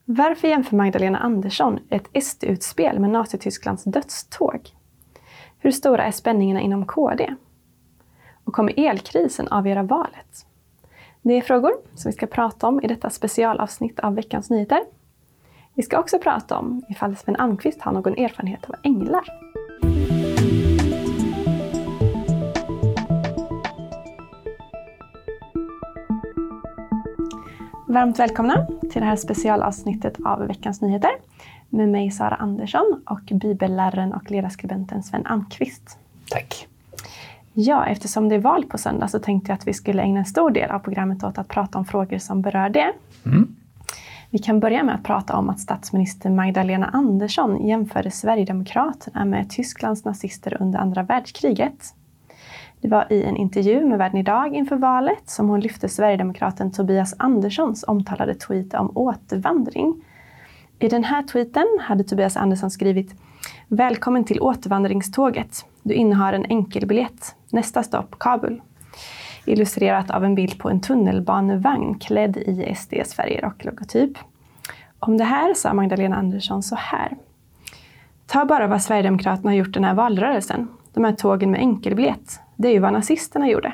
Varför jämför Magdalena Andersson ett SD-utspel med Nazitysklands dödståg? Hur stora är spänningarna inom KD? Och kommer elkrisen avgöra valet? Det är frågor som vi ska prata om i detta specialavsnitt av Veckans Nyheter. Vi ska också prata om ifall Sven Almqvist har någon erfarenhet av änglar. Varmt välkomna till det här specialavsnittet av Veckans Nyheter med mig Sara Andersson och bibelläraren och ledarskribenten Sven Almqvist. Tack. Ja, eftersom det är val på söndag så tänkte jag att vi skulle ägna en stor del av programmet åt att prata om frågor som berör det. Vi kan börja med att prata om att statsminister Magdalena Andersson jämförde Sverigedemokraterna med Tysklands nazister under andra världskriget. Det var i en intervju med Världen idag inför valet som hon lyfte Sverigedemokraten Tobias Anderssons omtalade tweet om återvandring. I den här tweeten hade Tobias Andersson skrivit: "Välkommen till återvandringståget. Du innehar en enkelbiljett. Nästa stopp Kabul." Illustrerat av en bild på en tunnelbanevagn klädd i SDs färger och logotyp. Om det här sa Magdalena Andersson så här: "Ta bara vad Sverigedemokraterna har gjort den här valrörelsen. De här tågen med enkelbiljett. Det är ju vad nazisterna gjorde."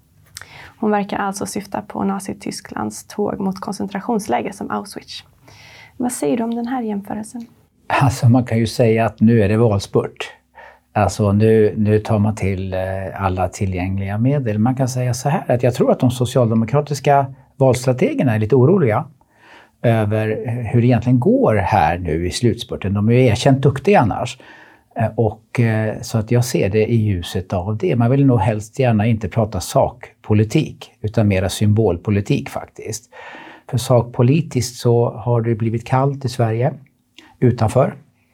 Hon verkar alltså syfta på Nazitysklands tåg mot koncentrationsläger som Auschwitz. Vad säger du om den här jämförelsen? Alltså man kan ju säga att nu är det valspurt. Alltså nu tar man till alla tillgängliga medel. Man kan säga så här att jag tror att de socialdemokratiska valstrategerna är lite oroliga över hur det egentligen går här nu i slutspurten. De är ju erkänt duktiga annars. Och så att jag ser det i ljuset av det. Man vill nog helst gärna inte prata sakpolitik utan mera symbolpolitik faktiskt. För sakpolitiskt så har det blivit kallt i Sverige utanför.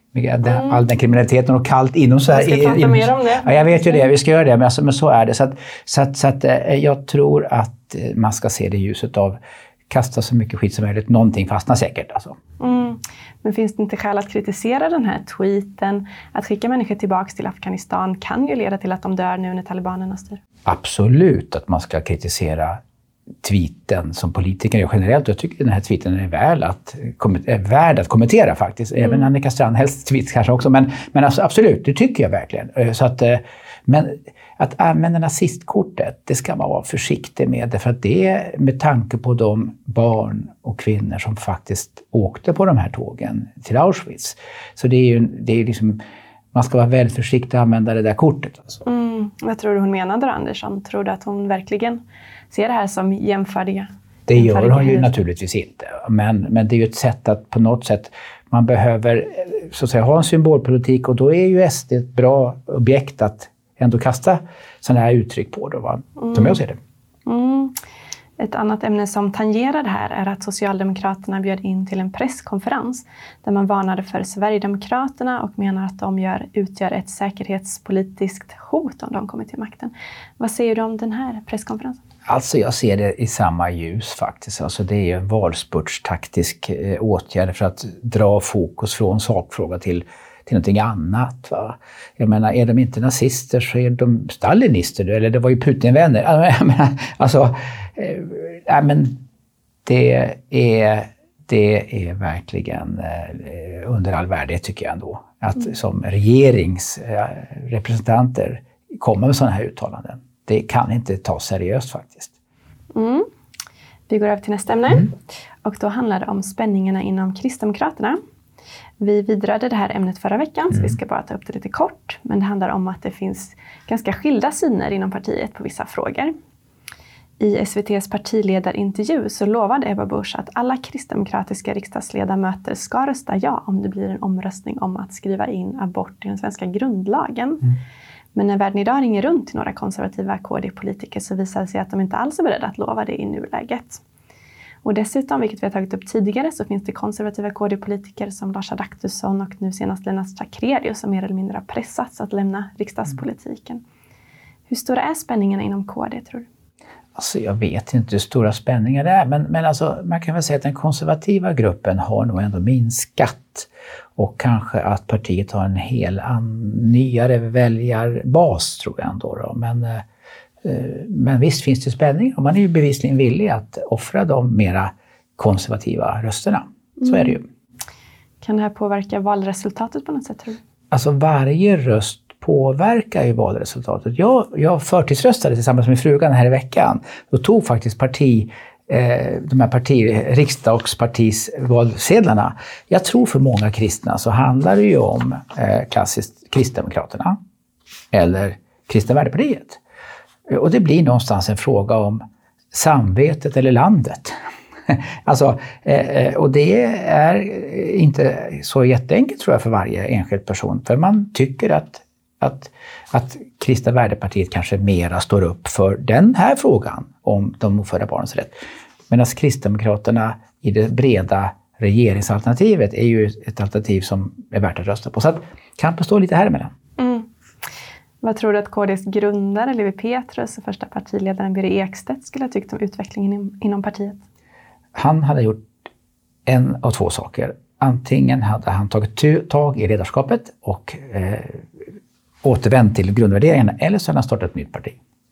All den kriminaliteten och kallt inom Sverige. Vi ska prata mer om det. Ja, jag vet ju det, vi ska göra det, men så är det. Så att jag tror att man ska se det i ljuset av kasta så mycket skit som möjligt. Någonting fastnar säkert alltså. Men finns det inte skäl att kritisera den här tweeten? Att skicka människor tillbaka till Afghanistan kan ju leda till att de dör nu när talibanerna styr. Absolut att man ska kritisera tweeten som politiker gör generellt. Jag tycker den här tweeten är värd att kommentera faktiskt. Även Annika Strandhälls tweet kanske också. Men alltså, absolut, det tycker jag verkligen. Så att, men att använda nazistkortet, det ska man vara försiktig med. Därför att det är med tanke på de barn och kvinnor som faktiskt åkte på de här tågen till Auschwitz. Så det är liksom, man ska vara väldigt försiktig att använda det där kortet. Alltså. Vad tror du hon menade då, Andersson? Tror du att hon verkligen ser det här som jämfördiga? Det gör hon ju naturligtvis inte. Men det är ju ett sätt att på något sätt man behöver så att säga ha en symbolpolitik, och då är ju SD ett bra objekt att ändå kasta sådana här uttryck på då, va? Som jag ser det. Ett annat ämne som tangerar det här är att Socialdemokraterna bjöd in till en presskonferens där man varnade för Sverigedemokraterna och menar att de utgör ett säkerhetspolitiskt hot om de kommer till makten. Vad säger du om den här presskonferensen? Alltså jag ser det i samma ljus faktiskt. Alltså det är en valspurtstaktisk åtgärd för att dra fokus från sakfråga till någonting annat. Va? Jag menar, är de inte nazister så är de stalinister, eller det var ju Putin-vänner. Alltså, men det är verkligen under all värde, tycker jag ändå. Att som regeringsrepresentanter komma med sådana här uttalanden. Det kan inte tas seriöst faktiskt. Vi går över till nästa ämne. Och då handlar det om spänningarna inom Kristdemokraterna. Vi vidrörde det här ämnet förra veckan, så vi ska bara ta upp det lite kort. Men det handlar om att det finns ganska skilda syner inom partiet på vissa frågor. I SVT:s partiledarintervju så lovade Ebba Busch att alla kristdemokratiska riksdagsledamöter ska rösta ja om det blir en omröstning om att skriva in abort i den svenska grundlagen. Men när Världen idag ringer runt till några konservativa KD-politiker så visar det sig att de inte alls är beredda att lova det i nuläget. Och dessutom, vilket vi har tagit upp tidigare, så finns det konservativa KD-politiker som Lars Adaktusson och nu senast Lena Sacrédeus som mer eller mindre har pressats att lämna riksdagspolitiken. Hur stora är spänningarna inom KD, tror du? Alltså jag vet inte hur stora spänningar det är, men alltså, man kan väl säga att den konservativa gruppen har nog ändå minskat. Och kanske att partiet har en nyare väljarbas, tror jag ändå. Då. Men visst finns det spänning, och man är ju bevisligen villig att offra de mera konservativa rösterna. Så är det ju. Kan det här påverka valresultatet på något sätt, tror du? Alltså varje röst påverkar ju valresultatet. Jag förtidsröstade tillsammans med frugan här i veckan. Då tog faktiskt de här riksdagspartis valsedlarna. Jag tror för många kristna så handlar det ju om klassiskt Kristdemokraterna eller Kristna värdepartiet. Och det blir någonstans en fråga om samvetet eller landet. Alltså, och det är inte så jätteenkelt tror jag för varje enskild person. För man tycker att Kristna värdepartiet kanske mera står upp för den här frågan om de ofödda barnens rätt. Medan Kristdemokraterna i det breda regeringsalternativet är ju ett alternativ som är värt att rösta på. Så att kampen står lite här emellan. Vad tror du att KDs grundare Lewi Pethrus och första partiledaren Birger Ekstedt skulle ha tyckt om utvecklingen inom partiet? Han hade gjort en av två saker. Antingen hade han tagit tag i ledarskapet och återvänt till grundvärderingarna, eller så hade han startat ett nytt parti.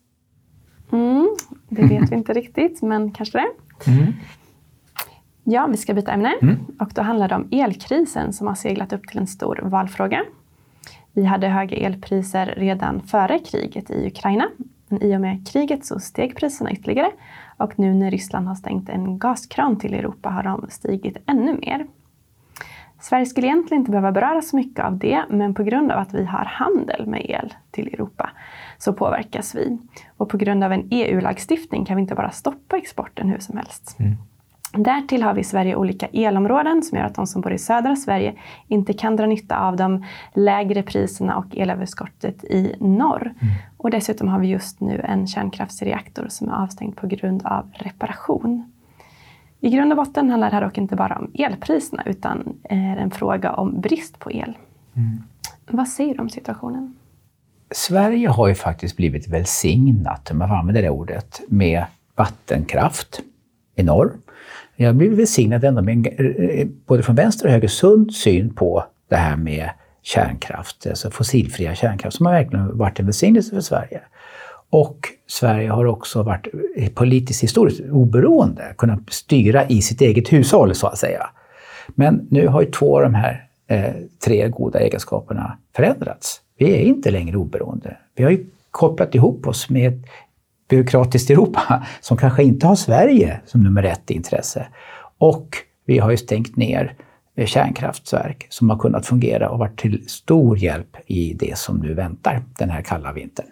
Det vet vi inte riktigt, men kanske det. Ja, vi ska byta ämne. Och då handlar det om elkrisen som har seglat upp till en stor valfråga. Vi hade höga elpriser redan före kriget i Ukraina. Men i och med kriget så steg priserna ytterligare. Och nu när Ryssland har stängt en gaskran till Europa har de stigit ännu mer. Sverige skulle egentligen inte behöva beröra så mycket av det, men på grund av att vi har handel med el till Europa så påverkas vi. Och på grund av en EU-lagstiftning kan vi inte bara stoppa exporten hur som helst. Därtill har vi i Sverige olika elområden som gör att de som bor i södra Sverige inte kan dra nytta av de lägre priserna och elöverskottet i norr. Och dessutom har vi just nu en kärnkraftsreaktor som är avstängd på grund av reparation. I grund och botten handlar det här dock inte bara om elpriserna utan är en fråga om brist på el. Vad säger du om situationen? Sverige har ju faktiskt blivit välsignat, om man använder det ordet, med vattenkraft i norr. Jag har blivit välsignad ändå med både från vänster och höger sund syn på det här med kärnkraft, alltså fossilfria kärnkraft, som har verkligen varit en välsignelse för Sverige. Och Sverige har också varit politiskt historiskt oberoende, kunnat styra i sitt eget hushåll så att säga. Men nu har ju två av de här tre goda egenskaperna förändrats. Vi är inte längre oberoende. Vi har ju kopplat ihop oss med ett byråkratiskt Europa som kanske inte har Sverige som nummer ett intresse. Och vi har ju stängt ner kärnkraftverk som har kunnat fungera och varit till stor hjälp i det som nu väntar den här kalla vintern.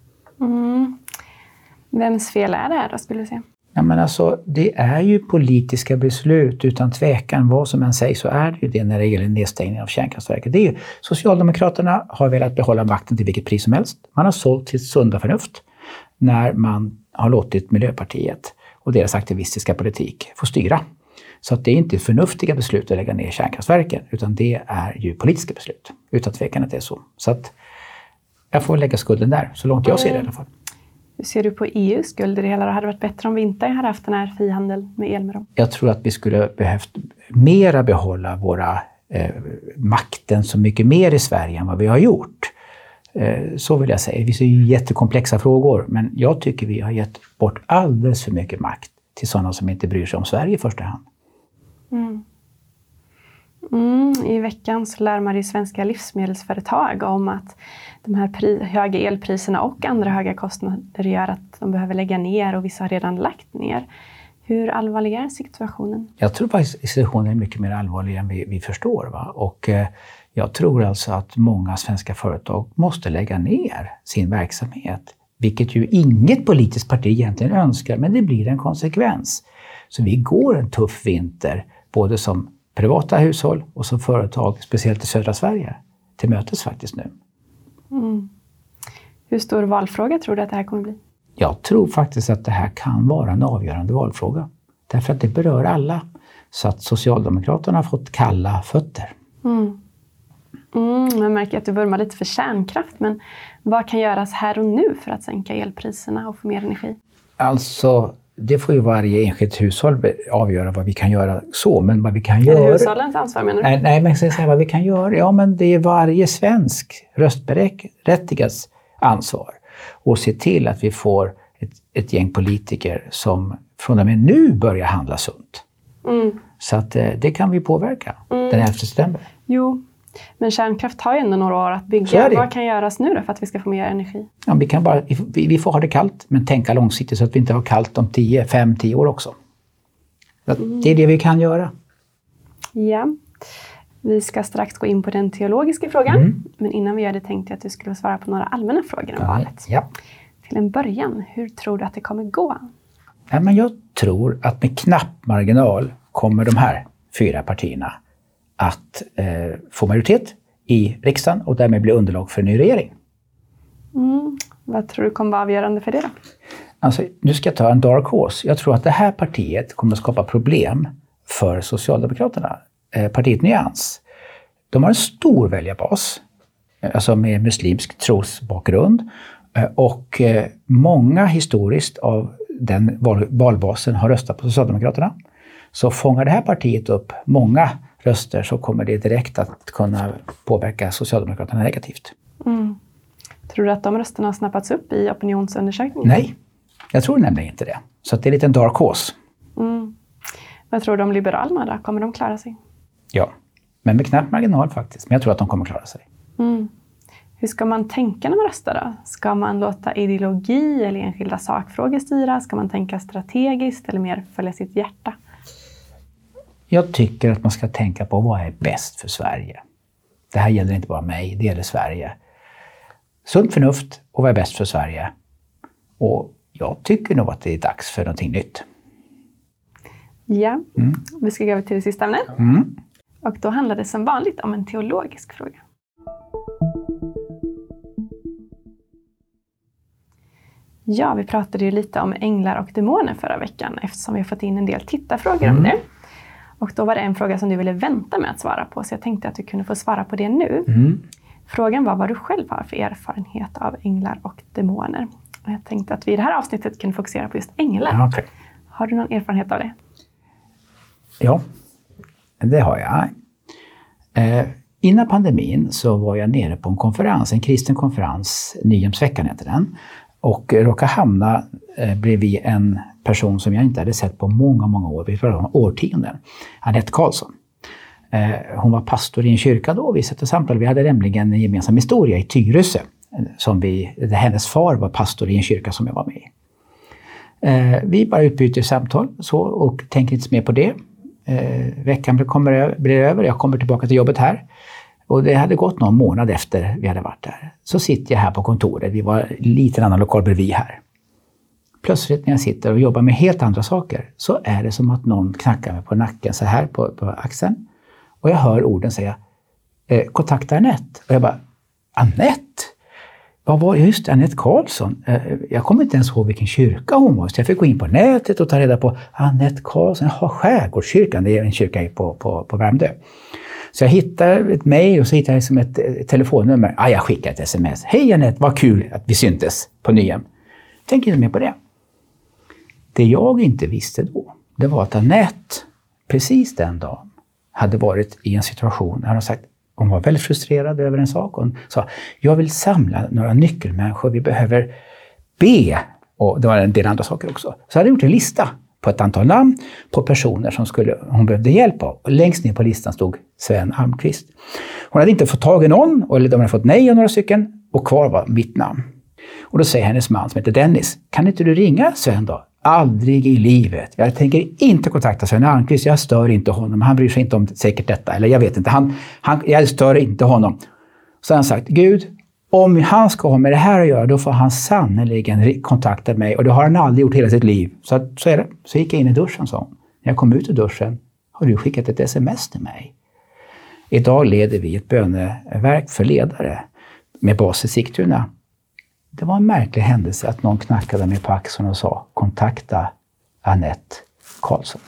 Vems fel är det här då, skulle du säga? Ja, men alltså, det är ju politiska beslut utan tvekan. Vad som än sägs så är det ju det när det gäller nedstängning av kärnkraftverket. Det är ju, Socialdemokraterna har velat behålla makten till vilket pris som helst. Man har sålt sitt sunda förnuft när man har låtit Miljöpartiet och deras aktivistiska politik få styra. Så att det är inte förnuftiga beslut att lägga ner kärnkraftverken utan det är ju politiska beslut. Utan tvekan att det är så. Så att jag får lägga skulden där, så långt jag ser det i alla fall. Hur ser du på EUs skuld i det hela? Hade det varit bättre om vi inte hade haft den här frihandel med el med dem? Jag tror att vi skulle behövt mera behålla våra makten så mycket mer i Sverige än vad vi har gjort. Så vill jag säga. Det är ju jättekomplexa frågor, men jag tycker vi har gett bort alldeles för mycket makt till sådana som inte bryr sig om Sverige i första hand. I veckan så lär man ju svenska livsmedelsföretag om att de här höga elpriserna och andra höga kostnader gör att de behöver lägga ner och vissa har redan lagt ner. Hur allvarlig är situationen? Jag tror faktiskt situationen är mycket mer allvarlig än vi förstår. Va? Och jag tror alltså att många svenska företag måste lägga ner sin verksamhet. Vilket ju inget politiskt parti egentligen önskar, men det blir en konsekvens. Så vi går en tuff vinter, både som privata hushåll och som företag, speciellt i södra Sverige, till mötes faktiskt nu. Hur stor valfråga tror du att det här kommer bli? Jag tror faktiskt att det här kan vara en avgörande valfråga. Därför att det berör alla. Så att Socialdemokraterna har fått kalla fötter. Jag märker att du vurmar lite för kärnkraft. Men vad kan göras här och nu för att sänka elpriserna och få mer energi? Alltså, det får ju varje enskilt hushåll avgöra vad vi kan göra så. Men vad vi kan göra... Är det hushållens ansvar menar du? Nej, men jag ska säga vad vi kan göra. Ja, men det är varje svensk röstberättigads ansvar. Och se till att vi får ett gäng politiker som från och med nu börjar handla sunt. Så att det kan vi påverka den 11 september. Jo, men kärnkraft har ju ändå några år att bygga. Vad kan göras nu då för att vi ska få mer energi? Ja, vi får ha det kallt, men tänka långsiktigt så att vi inte har kallt om 5-10 år också. Det är det vi kan göra. Ja, vi ska strax gå in på den teologiska frågan. Men innan vi gör det tänkte jag att du skulle svara på några allmänna frågor om valet. Ja. Till en början, hur tror du att det kommer gå? Ja, men jag tror att med knapp marginal kommer de här 4 partierna att få majoritet i riksdagen och därmed bli underlag för en ny regering. Vad tror du kommer vara avgörande för det då? Alltså, nu ska jag ta en dark horse. Jag tror att det här partiet kommer att skapa problem för Socialdemokraterna. Partiet Nyans. De har en stor väljarbas, alltså med muslimsk trosbakgrund. Och många historiskt av den valbasen har röstat på Socialdemokraterna. Så fångar det här partiet upp många röster så kommer det direkt att kunna påverka Socialdemokraterna negativt. Tror du att de rösterna har snappats upp i opinionsundersökningen? Nej, jag tror nämligen inte det. Så det är lite en dark horse. Vad tror du om Liberalerna då? Kommer de klara sig? Ja, men med knapp marginal faktiskt. Men jag tror att de kommer klara sig. Hur ska man tänka när man röstar då? Ska man låta ideologi eller enskilda sakfrågor styra? Ska man tänka strategiskt eller mer följa sitt hjärta? Jag tycker att man ska tänka på vad är bäst för Sverige. Det här gäller inte bara mig, det gäller Sverige. Sunt förnuft och vad är bäst för Sverige. Och jag tycker nog att det är dags för någonting nytt. Ja, vi ska gå över till det sista ämnet. Och då handlar det som vanligt om en teologisk fråga. Ja, vi pratade ju lite om änglar och demoner förra veckan eftersom vi har fått in en del tittarfrågor om det. Och då var det en fråga som du ville vänta med att svara på, så jag tänkte att du kunde få svara på det nu. Frågan var vad du själv har för erfarenhet av änglar och demoner. Och jag tänkte att vi i det här avsnittet kunde fokusera på just änglar. Okay. Har du någon erfarenhet av det? Ja, det har jag. Innan pandemin så var jag nere på en konferens, en kristen konferens, Nyhemsveckan heter den. Och råkade hamna bredvid en person som jag inte hade sett på många år, vi pratar om årtionden, Anette Karlsson. Hon var pastor i en kyrka då, vi satt och samtalade. Vi hade nämligen en gemensam historia i Tyresö. Hennes far var pastor i en kyrka som jag var med i. Vi bara utbyter samtal så, och tänker inte mer på det. Veckan blir över, jag kommer tillbaka till jobbet här. Och det hade gått någon månad efter vi hade varit där. Så sitter jag här på kontoret, vi var lite annan lokal bredvid här. Plötsligt när jag sitter och jobbar med helt andra saker så är det som att någon knackar mig på nacken så här på axeln. Och jag hör orden säga, kontakta Anette. Och jag bara, Anette? Vad var just Anette Karlsson? Jag kommer inte ens ihåg vilken kyrka hon var. Så jag fick gå in på nätet och ta reda på Anette Karlsson. Jaha, Skärgårdskyrkan, det är en kyrka på Värmdö. Så jag hittar ett mejl och så hittar jag liksom ett telefonnummer. Jag skickar ett sms. Hej Anette, vad kul att vi syntes på Nyhem. Tänk inte mer på det. Det jag inte visste då, det var att Anette precis den dagen hade varit i en situation där hon sagt, hon var väldigt frustrerad över en sak. Hon sa, jag vill samla några nyckelmänniskor, vi behöver be. Och det var en del andra saker också. Så hade jag gjort en lista på ett antal namn på personer som hon behövde hjälp av. Och längst ner på listan stod Sven Almqvist. Hon hade inte fått tag i någon, eller de hade fått nej av några stycken. Och kvar var mitt namn. Och då säger hennes man som heter Dennis, kan inte du ringa Sven då? Aldrig i livet. Jag tänker inte kontakta Sven Almqvist. Jag stör inte honom. Han bryr sig inte om säkert detta. Eller jag vet inte. Jag stör inte honom. Så har han sagt, Gud, om han ska ha med det här att göra, då får han sannoliken kontakta mig. Och det har han aldrig gjort hela sitt liv. Så är det. Så gick jag in i duschen, så. När jag kom ut ur duschen, har du skickat ett sms till mig. Idag leder vi ett böneverk för ledare med bas i Sigtuna. Det var en märklig händelse att någon knackade mig på axeln och sa, kontakta Anette Karlsson.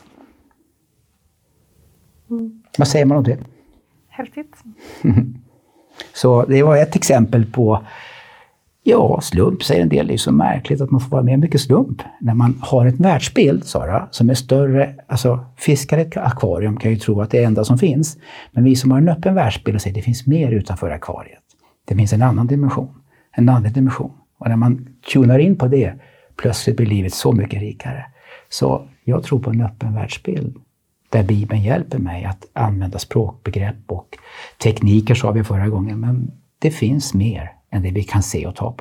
Vad säger man om det? Häftigt. Så det var ett exempel på, slump säger en del. Det är så märkligt att man får vara med mycket slump. När man har ett världsbild, Sara, som är större, alltså fiskar ett akvarium kan ju tro att det är det enda som finns. Men vi som har en öppen världsbild och säger att det finns mer utanför akvariet. Det finns en annan dimension. En andra dimension. Och när man tunar in på det, plötsligt blir livet så mycket rikare. Så jag tror på en öppen världsbild. där Bibeln hjälper mig att använda språkbegrepp och tekniker, sa vi förra gången. Men det finns mer än det vi kan se och ta på.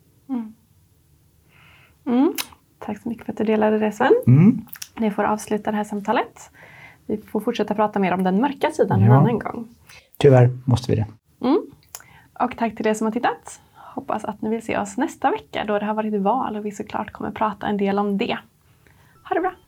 Tack så mycket för att du delade det, Sven. Ni får avsluta det här samtalet. Vi får fortsätta prata mer om den mörka sidan en annan gång. Tyvärr måste vi det. Och tack till er som har tittat. Hoppas att ni vill se oss nästa vecka då det har varit val och vi såklart kommer prata en del om det. Ha det bra!